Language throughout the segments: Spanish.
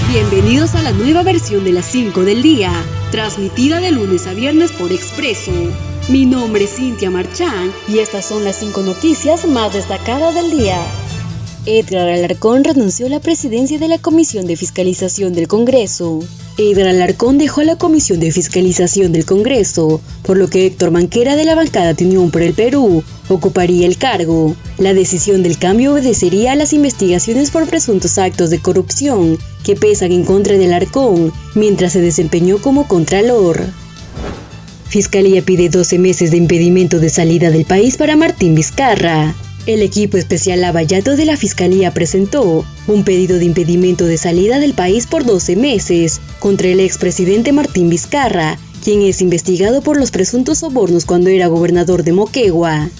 Bienvenidos a la nueva versión de las 5 del día, transmitida de lunes a viernes por Expreso. Mi nombre es Cintia Marchán y estas son las 5 noticias más destacadas del día. Edgar Alarcón renunció a la presidencia de la Comisión de Fiscalización del Congreso. Edgar Alarcón dejó la Comisión de Fiscalización del Congreso, por lo que Héctor Manquera de la bancada de Unión por el Perú ocuparía el cargo. La decisión del cambio obedecería a las investigaciones por presuntos actos de corrupción que pesan en contra de Alarcón mientras se desempeñó como contralor. Fiscalía pide 12 meses de impedimento de salida del país para Martín Vizcarra. El equipo especial Lavallato de la Fiscalía presentó un pedido de impedimento de salida del país por 12 meses contra el expresidente Martín Vizcarra, quien es investigado por los presuntos sobornos cuando era gobernador de Moquegua.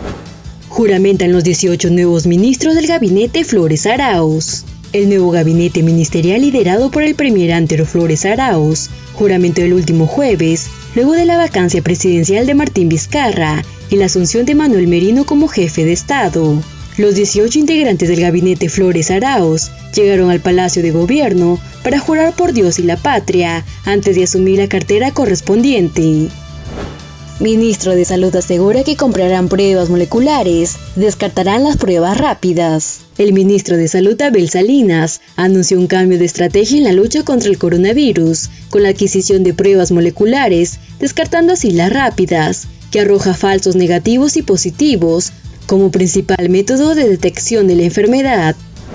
Juramentan los 18 nuevos ministros del gabinete Flores Arauz. El nuevo gabinete ministerial liderado por el premier Antero Flores Arauz juramentó el último jueves, luego de la vacancia presidencial de Martín Vizcarra y la asunción de Manuel Merino como jefe de Estado. Los 18 integrantes del gabinete Flores Arauz llegaron al Palacio de Gobierno para jurar por Dios y la patria antes de asumir la cartera correspondiente. Ministro de Salud asegura que comprarán pruebas moleculares, descartarán las pruebas rápidas. El ministro de Salud Abel Salinas anunció un cambio de estrategia en la lucha contra el coronavirus, con la adquisición de pruebas moleculares, descartando así las rápidas, que arroja falsos negativos y positivos como principal método de detección de la enfermedad.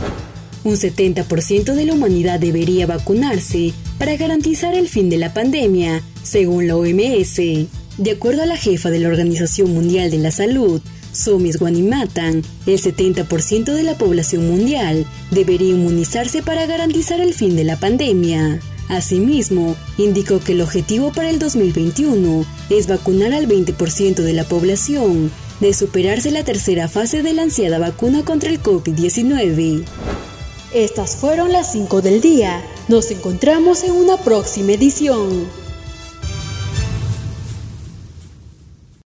Un 70% de la humanidad debería vacunarse para garantizar el fin de la pandemia, según la OMS. De acuerdo a la jefa de la Organización Mundial de la Salud, Somi Swaminathan, el 70% de la población mundial debería inmunizarse para garantizar el fin de la pandemia. Asimismo, indicó que el objetivo para el 2021 es vacunar al 20% de la población, de superarse la tercera fase de la ansiada vacuna contra el COVID-19. Estas fueron las 5 del día. Nos encontramos en una próxima edición.